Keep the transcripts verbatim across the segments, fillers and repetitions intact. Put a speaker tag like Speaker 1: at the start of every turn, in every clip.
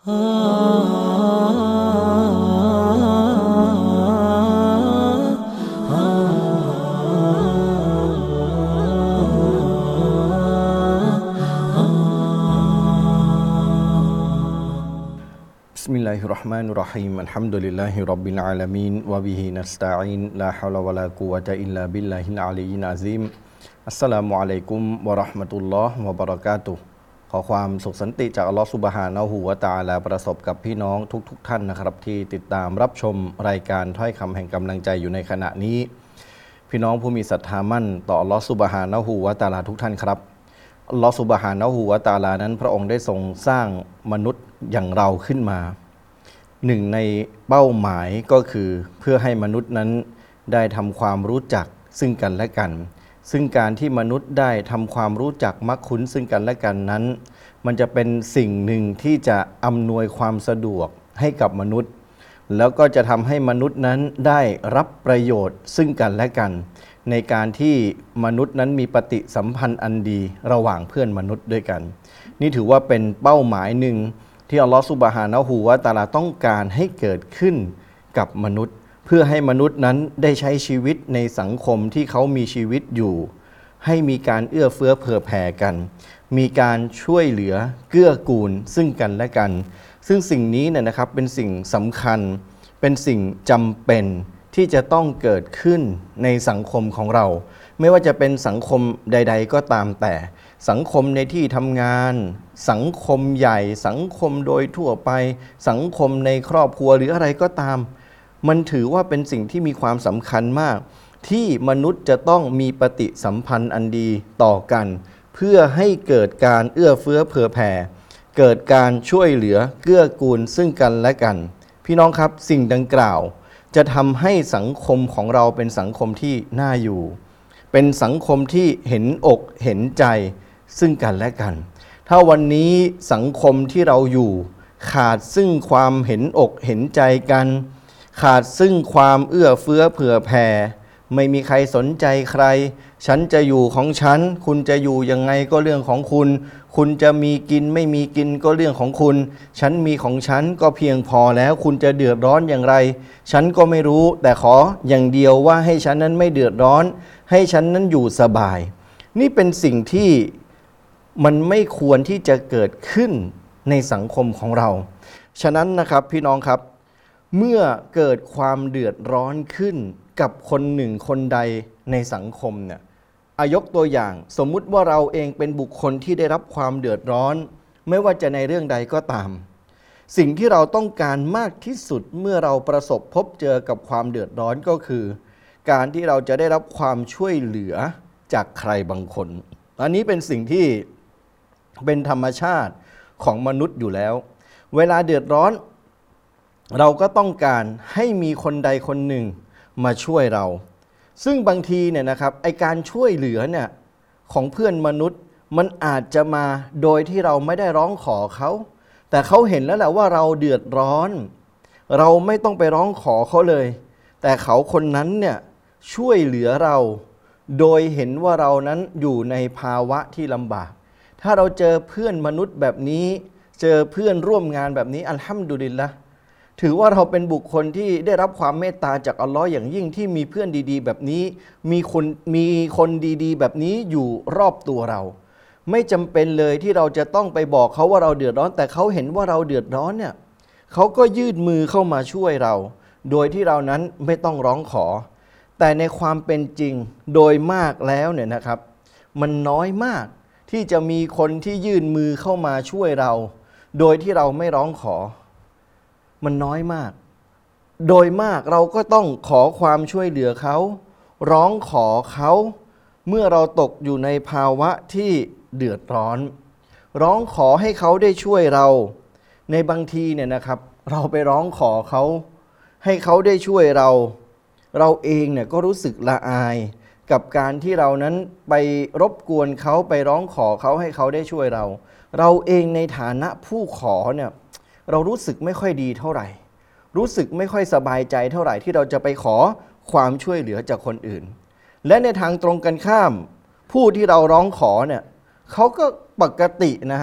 Speaker 1: Bismillahirrahmanirrahim. Alhamdulillahi rabbil alamin wa bihi nasta'in la haula wala quwwata illa billahil aliyyil azim. Assalamu alaikum wa rahmatullahi wa barakatuh ขอความสุขสันติจากอัลลอฮฺซุบฮานะฮูวะตะอาลาประสบกับพี่น้องทุกๆ ท่านนะครับที่ติดตามรับชมรายการถ้อยคำแห่งกำลังใจอยู่ในขณะนี้พี่น้องผู้มีศรัทธามั่นต่ออัลลอฮฺซุบฮานะฮูวะตะอาลาทุกท่านครับอัลลอฮฺซุบฮานะฮูวะตะอาลานั้นพระองค์ได้ทรงสร้างมนุษย์อย่างเราขึ้นมาหนึ่งในเป้าหมายก็คือเพื่อให้มนุษย์นั้นได้ทำความรู้จักซึ่งกันและกันซึ่งการที่มนุษย์ได้ทำความรู้จักมักคุ้นซึ่งกันและกันนั้นมันจะเป็นสิ่งหนึ่งที่จะอำนวยความสะดวกให้กับมนุษย์แล้วก็จะทำให้มนุษย์นั้นได้รับประโยชน์ซึ่งกันและกันในการที่มนุษย์นั้นมีปฏิสัมพันธ์อันดีระหว่างเพื่อนมนุษย์ด้วยกันนี่ถือว่าเป็นเป้าหมายหนึ่งที่อัลลอฮฺซุบฮานะฮูวะตะอาลาต้องการให้เกิดขึ้นกับมนุษย์เพื่อให้มนุษย์นั้นได้ใช้ชีวิตในสังคมที่เขามีชีวิตอยู่ให้มีการเอื้อเฟื้อเผื่อแผ่กันมีการช่วยเหลือเกื้อกูลซึ่งกันและกันซึ่งสิ่งนี้เนี่ยนะครับเป็นสิ่งสำคัญเป็นสิ่งจำเป็นที่จะต้องเกิดขึ้นในสังคมของเราไม่ว่าจะเป็นสังคมใดๆก็ตามแต่สังคมในที่ทำงานสังคมใหญ่สังคมโดยทั่วไปสังคมในครอบครัวหรืออะไรก็ตามมันถือว่าเป็นสิ่งที่มีความสำคัญมากที่มนุษย์จะต้องมีปฏิสัมพันธ์อันดีต่อกันเพื่อให้เกิดการเอื้อเฟื้อเผื่อแผ่เกิดการช่วยเหลือเกื้อกูลซึ่งกันและกันพี่น้องครับสิ่งดังกล่าวจะทำให้สังคมของเราเป็นสังคมที่น่าอยู่เป็นสังคมที่เห็นอกเห็นใจซึ่งกันและกันถ้าวันนี้สังคมที่เราอยู่ขาดซึ่งความเห็นอกเห็นใจกันขาดซึ่งความเอื้อเฟื้อเผื่อแผ่ไม่มีใครสนใจใครฉันจะอยู่ของฉันคุณจะอยู่ยังไงก็เรื่องของคุณคุณจะมีกินไม่มีกินก็เรื่องของคุณฉันมีของฉันก็เพียงพอแล้วคุณจะเดือดร้อนอย่างไรฉันก็ไม่รู้แต่ขออย่างเดียวว่าให้ฉันนั้นไม่เดือดร้อนให้ฉันนั้นอยู่สบายนี่เป็นสิ่งที่มันไม่ควรที่จะเกิดขึ้นในสังคมของเราฉะนั้นนะครับพี่น้องครับเมื่อเกิดความเดือดร้อนขึ้นกับคนหนึ่งคนใดในสังคมเนี่ยอายกตัวอย่างสมมุติว่าเราเองเป็นบุคคลที่ได้รับความเดือดร้อนไม่ว่าจะในเรื่องใดก็ตามสิ่งที่เราต้องการมากที่สุดเมื่อเราประสบพบเจอกับความเดือดร้อนก็คือการที่เราจะได้รับความช่วยเหลือจากใครบางคนอันนี้เป็นสิ่งที่เป็นธรรมชาติของมนุษย์อยู่แล้วเวลาเดือดร้อนเราก็ต้องการให้มีคนใดคนหนึ่งมาช่วยเราซึ่งบางทีเนี่ยนะครับไอการช่วยเหลือเนี่ยของเพื่อนมนุษย์มันอาจจะมาโดยที่เราไม่ได้ร้องขอเขาแต่เขาเห็นแล้วแหละว่าเราเดือดร้อนเราไม่ต้องไปร้องขอเขาเลยแต่เขาคนนั้นเนี่ยช่วยเหลือเราโดยเห็นว่าเรานั้นอยู่ในภาวะที่ลำบากถ้าเราเจอเพื่อนมนุษย์แบบนี้เจอเพื่อนร่วมงานแบบนี้อัลฮัมดุลิลละห์ถือว่าเราเป็นบุคคลที่ได้รับความเมตตาจากอัลลอฮ์อย่างยิ่งที่มีเพื่อนดีๆแบบนี้มีคนมีคนดีๆแบบนี้อยู่รอบตัวเราไม่จำเป็นเลยที่เราจะต้องไปบอกเขาว่าเราเดือดร้อนแต่เขาเห็นว่าเราเดือดร้อนเนี่ยเขาก็ยื่นมือเข้ามาช่วยเราโดยที่เรานั้นไม่ต้องร้องขอแต่ในความเป็นจริงโดยมากแล้วเนี่ยนะครับมันน้อยมากที่จะมีคนที่ยื่นมือเข้ามาช่วยเราโดยที่เราไม่ร้องขอมันน้อยมากโดยมากเราก็ต้องขอความช่วยเหลือเขาร้องขอเขาเมื่อเราตกอยู่ในภาวะที่เดือดร้อนร้องขอให้เขาได้ช่วยเราในบางทีเนี่ยนะครับเราไปร้องขอเขาให้เขาได้ช่วยเราเราเองเนี่ยก็รู้สึกละอายกับการที่เรานั้นไปรบกวนเขาไปร้องขอเขาให้เขาได้ช่วยเราเราเองในฐานะผู้ขอเนี่ยเรารู้สึกไม่ค่อยดีเท่าไหร่รู้สึกไม่ค่อยสบายใจเท่าไหร่ที่เราจะไปขอความช่วยเหลือจากคนอื่นและในทางตรงกันข้ามผู้ที่เราร้องขอเนี่ยเขาก็ปกตินะฮะ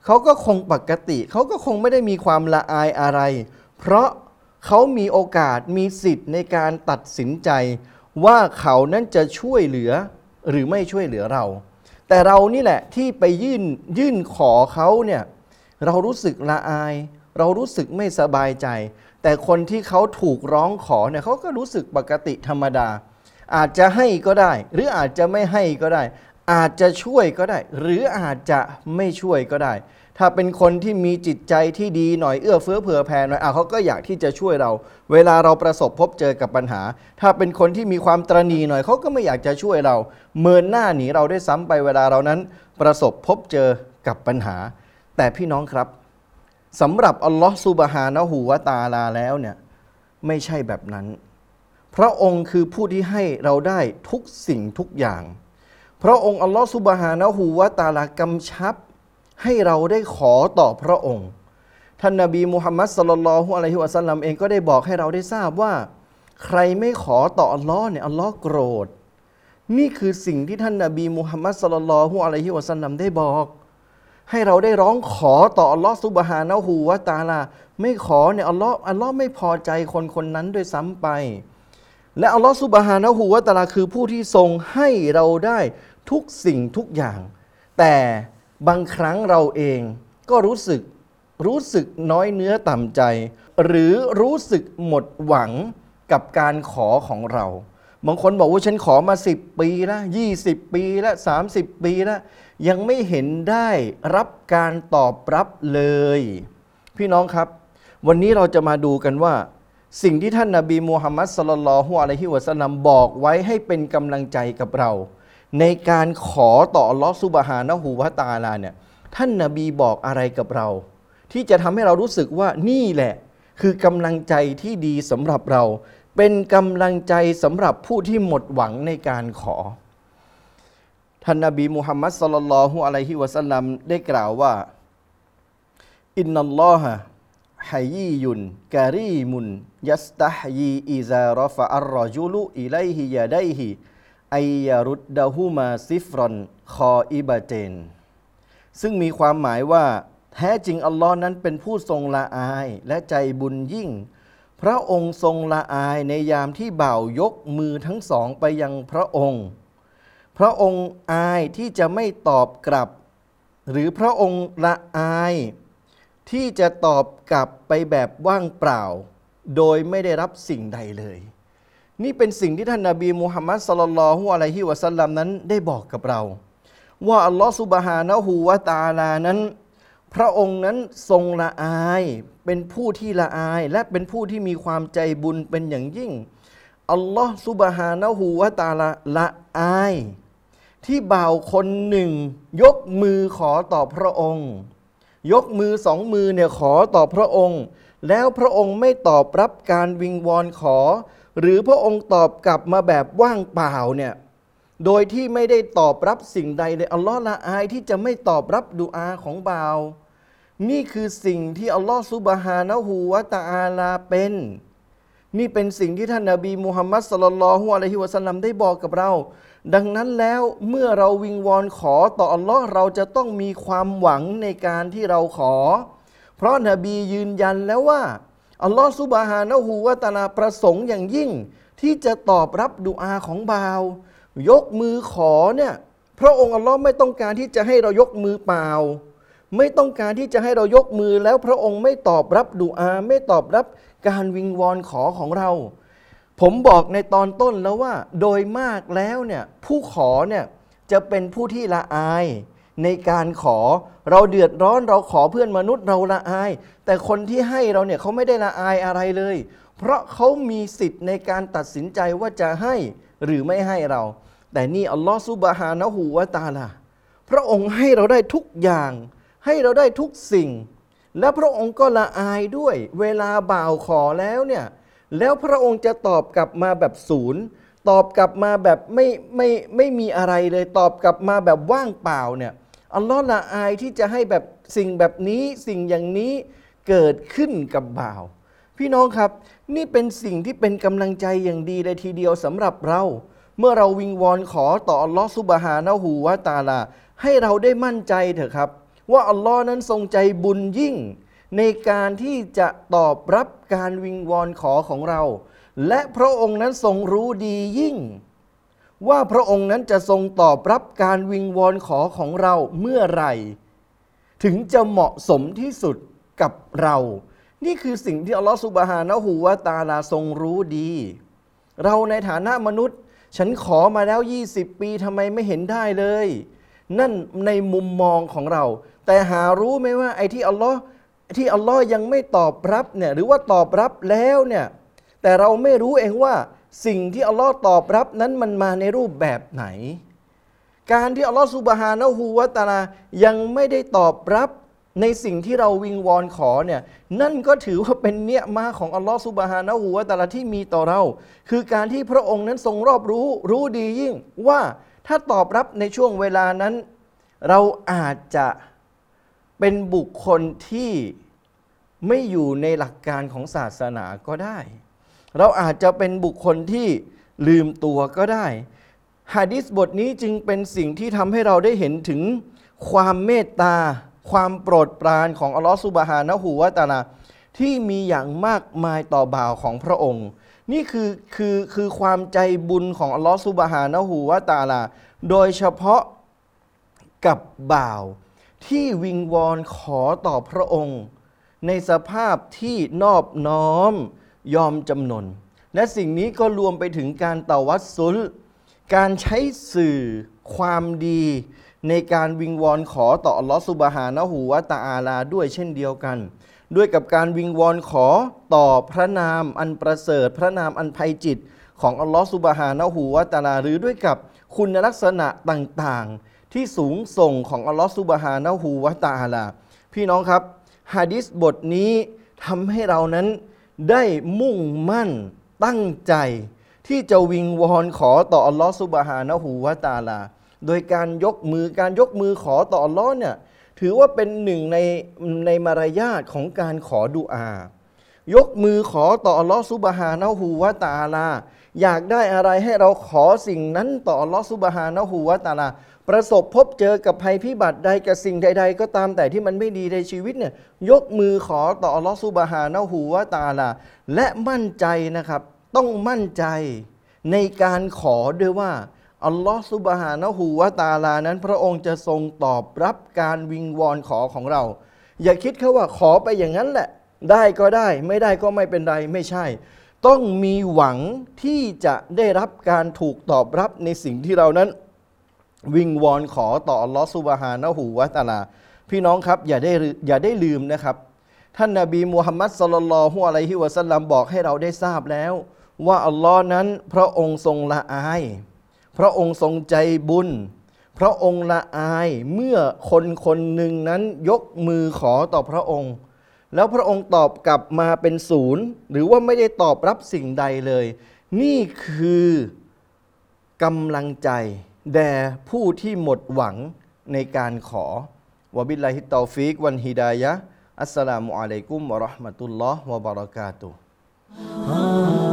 Speaker 1: เขาก็คงปกติเขาก็คงไม่ได้มีความละอายอะไรเพราะเขามีโอกาสมีสิทธิ์ในการตัดสินใจว่าเขานั้นจะช่วยเหลือหรือไม่ช่วยเหลือเราแต่เรานี่แหละที่ไปยื่นยื่นขอเขาเนี่ยเรารู้สึกละอายเรารู้สึกไม่สบายใจแต่คนที่เขาถูกร้องขอเนี่ยเขาก็รู้สึกปกติธรรมดาอาจจะให้ก็ได้หรืออาจจะไม่ให้ก็ได้อาจจะช่วยก็ได้หรืออาจจะไม่ช่วยก็ได้ถ้าเป็นคนที่มีจิตใจที่ดีหน่อยเอื้อเฟื้อเผื่อแผ่หน่อยอ่ะเขาก็อยากที่จะช่วยเราเวลาเราประสบพบเจอกับปัญหาถ้าเป็นคนที่มีความตระหนี่หน่อยเขาก็ไม่อยากจะช่วยเราเมินหน้าหนีเราได้ซ้ำไปเวลาเรานั้นประสบพบเจอกับปัญหาแต่พี่น้องครับสำหรับอัลลอฮฺซุบฮานะฮูวะตะอาลาแล้วเนี่ยไม่ใช่แบบนั้นพระองค์คือผู้ที่ให้เราได้ทุกสิ่งทุกอย่างพระองค์อัลลอฮฺซุบฮานะฮูวะตะอาลากำชับให้เราได้ขอต่อพระองค์ท่านนบีมุฮัมมัดศ็อลลัลลอฮุอะลัยฮิวะซัลลัมเองก็ได้บอกให้เราได้ทราบว่าใครไม่ขอต่ออัลลอฮ์เนี่ยอัลลอฮ์โกรธนี่คือสิ่งที่ท่านนบีมุฮัมมัดศ็อลลัลลอฮุอะลัยฮิวะซัลลัมได้บอกให้เราได้ร้องขอต่ออัลลอฮ์ซุบฮานะฮูวะตะอาลาไม่ขอเนี่ยอัลลอฮ์อัลลอฮ์ไม่พอใจคนคนนั้นด้วยซ้ำไปและอัลลอฮ์ซุบฮานะฮูวะตะอาลาคือผู้ที่ทรงให้เราได้ทุกสิ่งทุกอย่างแต่บางครั้งเราเองก็รู้สึกรู้สึกน้อยเนื้อต่ำใจหรือรู้สึกหมดหวังกับการขอของเราบางคนบอกว่าฉันขอมาสิบปีแล้วยี่สิบปีแล้วสามสิบปีแล้วยังไม่เห็นได้รับการตอบรับเลยพี่น้องครับวันนี้เราจะมาดูกันว่าสิ่งที่ท่านนบีมูฮัมมัดศ็อลลัลลอฮุอะลัยฮิวะซัลลัมบอกไว้ให้เป็นกำลังใจกับเราในการขอต่ออัลลอฮฺซุบฮานะฮูวะตะอาลาเนี่ยท่านนบีบอกอะไรกับเราที่จะทำให้เรารู้สึกว่านี่แหละคือกำลังใจที่ดีสำหรับเราเป็นกำลังใจสำหรับผู้ที่หมดหวังในการขอท่านนบีมุฮัมมัดศ็อลลัลลอฮุอะลัยฮิวะซัลลัมได้กล่าวว่าอินนัลลอฮะฮัยยียุนกะรีมุนยัสตัฮยีอิซารอฟะอัรรอจุลุอิลัยฮิยะดัยฮิอัยยารุดดะฮูมาซิฟรอนคออิบะเจนซึ่งมีความหมายว่าแท้จริงอัลลอฮ์นั้นเป็นผู้ทรงละอายและใจบุญยิ่งพระองค์ทรงละอายในยามที่บ่าวยกมือทั้งสองไปยังพระองค์พระองค์อายที่จะไม่ตอบกลับหรือพระองค์ละอายที่จะตอบกลับไปแบบว่างเปล่าโดยไม่ได้รับสิ่งใดเลยนี่เป็นสิ่งที่ท่านนบีมุฮัมมัดศ็อลลัลลอฮุอะลัยฮิวะซัลลัมนั้นได้บอกกับเราว่าอัลลอฮฺซุบฮานะฮูวะตะอาลานั้นพระองค์นั้นทรงละอายเป็นผู้ที่ละอายและเป็นผู้ที่มีความใจบุญเป็นอย่างยิ่งอัลลอฮฺซุบฮานะฮูวะตะอาลาละอายที่บ่าวคนหนึ่งยกมือขอต่อพระองค์ยกมือสองมือเนี่ยขอต่อพระองค์แล้วพระองค์ไม่ตอบรับการวิงวอนขอหรือพระองค์ตอบกลับมาแบบว่างเปล่าเนี่ยโดยที่ไม่ได้ตอบรับสิ่งใดเลยอัลลอฮ์ละอายที่จะไม่ตอบรับดุอาของบ่าวนี่คือสิ่งที่อัลลอฮ์ซุบฮานะฮูวะตะอาลาเป็นนี่เป็นสิ่งที่ท่านนบีมุฮัมมัดศ็อลลัลลอฮุอะลัยฮิวะซัลลัมได้บอกกับเราดังนั้นแล้วเมื่อเราวิงวอนขอต่ออัลลอฮ์เราจะต้องมีความหวังในการที่เราขอเพราะนบียืนยันแล้วว่าอัลลอฮ์ซุบฮานะฮูวะตะอาลาประสงค์อย่างยิ่งที่จะตอบรับดุอาของบ่าวยกมือขอเนี่ยพระองค์อัลลอฮ์ไม่ต้องการที่จะให้เรายกมือเปล่าไม่ต้องการที่จะให้เรายกมือแล้วพระองค์ไม่ตอบรับดุอาไม่ตอบรับการวิงวอนขอของเราผมบอกในตอนต้นแล้วว่าโดยมากแล้วเนี่ยผู้ขอเนี่ยจะเป็นผู้ที่ละอายในการขอเราเดือดร้อนเราขอเพื่อนมนุษย์เราละอายแต่คนที่ให้เราเนี่ยเขาไม่ได้ละอายอะไรเลยเพราะเขามีสิทธิ์ในการตัดสินใจว่าจะให้หรือไม่ให้เราแต่นี่อัลลอฮฺซุบฮานะฮูวะตะอาลาพระองค์ให้เราได้ทุกอย่างให้เราได้ทุกสิ่งและพระองค์ก็ละอายด้วยเวลาบ่าวขอแล้วเนี่ยแล้วพระองค์จะตอบกลับมาแบบศูนย์ตอบกลับมาแบบไม่ไม่ไม่มีอะไรเลยตอบกลับมาแบบว่างเปล่าเนี่ยอัลลอฮ์ละอายที่จะให้แบบสิ่งแบบนี้สิ่งอย่างนี้เกิดขึ้นกับบ่าวพี่น้องครับนี่เป็นสิ่งที่เป็นกำลังใจอย่างดีเลยทีเดียวสำหรับเราเมื่อเราวิงวอนขอต่ออัลลอฮ์ซุบฮานะฮูวะตะอาลาให้เราได้มั่นใจเถอะครับว่าอัลลอฮ์นั้นทรงใจบุญยิ่งในการที่จะตอบรับการวิงวอนขอของเราและพระองค์นั้นทรงรู้ดียิ่งว่าพระองค์นั้นจะทรงตอบรับการวิงวอนขอของเราเมื่อไหร่ถึงจะเหมาะสมที่สุดกับเรานี่คือสิ่งที่อัลลอฮฺซุบฮานะฮูวะตะอาลาทรงรู้ดีเราในฐานะมนุษย์ฉันขอมาแล้วยี่สิบปีทำไมไม่เห็นได้เลยนั่นในมุมมองของเราแต่หารู้ไหมว่าไอ้ที่อัลลอฮ์ที่อัลลอฮ์ยังไม่ตอบรับเนี่ยหรือว่าตอบรับแล้วเนี่ยแต่เราไม่รู้เองว่าสิ่งที่อัลลอฮ์ตอบรับนั้นมันมาในรูปแบบไหนการที่อัลลอฮ์ซุบฮานะฮูวะตะอาลายังไม่ได้ตอบรับในสิ่งที่เราวิงวอนขอเนี่ยนั่นก็ถือว่าเป็นเนียมะของอัลลอฮ์ซุบฮานะฮูวะตะอาลาที่มีต่อเราคือการที่พระองค์นั้นทรงรอบรู้รู้ดียิ่งว่าถ้าตอบรับในช่วงเวลานั้นเราอาจจะเป็นบุคคลที่ไม่อยู่ในหลักการของศาสนาก็ได้เราอาจจะเป็นบุคคลที่ลืมตัวก็ได้หะดีษบทนี้จึงเป็นสิ่งที่ทำให้เราได้เห็นถึงความเมตตาความโปรดปรานของอัลลอฮฺซุบฮานะฮูวะตะอาลาที่มีอย่างมากมายต่อบ่าวของพระองค์นี่คือคือคือความใจบุญของอัลลอฮฺซุบฮานะฮูวะตะอาลาโดยเฉพาะกับบ่าวที่วิงวอนขอต่อพระองค์ในสภาพที่นอบน้อมยอมจำนนและสิ่งนี้ก็รวมไปถึงการตะวัสซุลการใช้สื่อความดีในการวิงวอนขอต่ออัลลอฮฺซุบฮานะฮูวะตะอาลาด้วยเช่นเดียวกันด้วยกับการวิงวอนขอต่อพระนามอันประเสริฐพระนามอันไพจิตของอัลลอฮฺซุบฮานะฮูวะตะอาลาหรือด้วยกับคุณลักษณะต่างๆที่สูงส่งของอัลลอฮฺซุบฮานะฮูวะตะอาลาพี่น้องครับหะดีษบทนี้ทำให้เรานั้นได้มุ่งมั่นตั้งใจที่จะวิงวอนขอต่ออัลลอฮฺซุบฮานะฮูวะตะอาลาโดยการยกมือการยกมือขอต่ออัลลอฮ์เนี่ยถือว่าเป็นหนึ่งในในมารยาทของการขอดุอายกมือขอต่ออัลลอฮ์ซุบฮานะฮูวะตะอาลาอยากได้อะไรให้เราขอสิ่งนั้นต่ออัลลอฮ์ซุบฮานะฮูวะตะอาลาประสบพบเจอกับภัยพิบัติใดกับสิ่งใดๆก็ตามแต่ที่มันไม่ดีในชีวิตเนี่ยยกมือขอต่ออัลลอฮ์ซุบฮานะฮูวะตะอาลาและมั่นใจนะครับต้องมั่นใจในการขอด้วยว่าอัลลอฮ์ซุบฮานะฮูวะตะอาลานั้นพระองค์จะทรงตอบรับการวิงวอนขอของเราอย่าคิดแค่ว่าขอไปอย่างนั้นแหละได้ก็ได้ไม่ได้ก็ไม่เป็นไรไม่ใช่ต้องมีหวังที่จะได้รับการถูกตอบรับในสิ่งที่เรานั้นวิงวอนขอต่ออัลลอฮ์ซุบฮานะฮูวะตะอาลาพี่น้องครับอย่าได้อย่าได้ลืมนะครับท่านนบีมุฮัมมัดศ็อลลัลลอฮุอะลัยฮิวะซัลลัมบอกให้เราได้ทราบแล้วว่าอัลลอฮ์นั้นพระองค์ทรงละอายพระองค์ทรงใจบุญพระองค์ละอายเมื่อคนคนหนึ่งนั้นยกมือขอต่อพระองค์แล้วพระองค์ตอบกลับมาเป็นศูนย์หรือว่าไม่ได้ตอบรับสิ่งใดเลยนี่คือกำลังใจแด่ผู้ที่หมดหวังในการขอวะบิลลาฮิตตอฟิกวันฮิดายะฮ์อัสสลามุอะลัยกุมวะเราะห์มะตุลลอฮ์วะบะเราะกาตุฮ์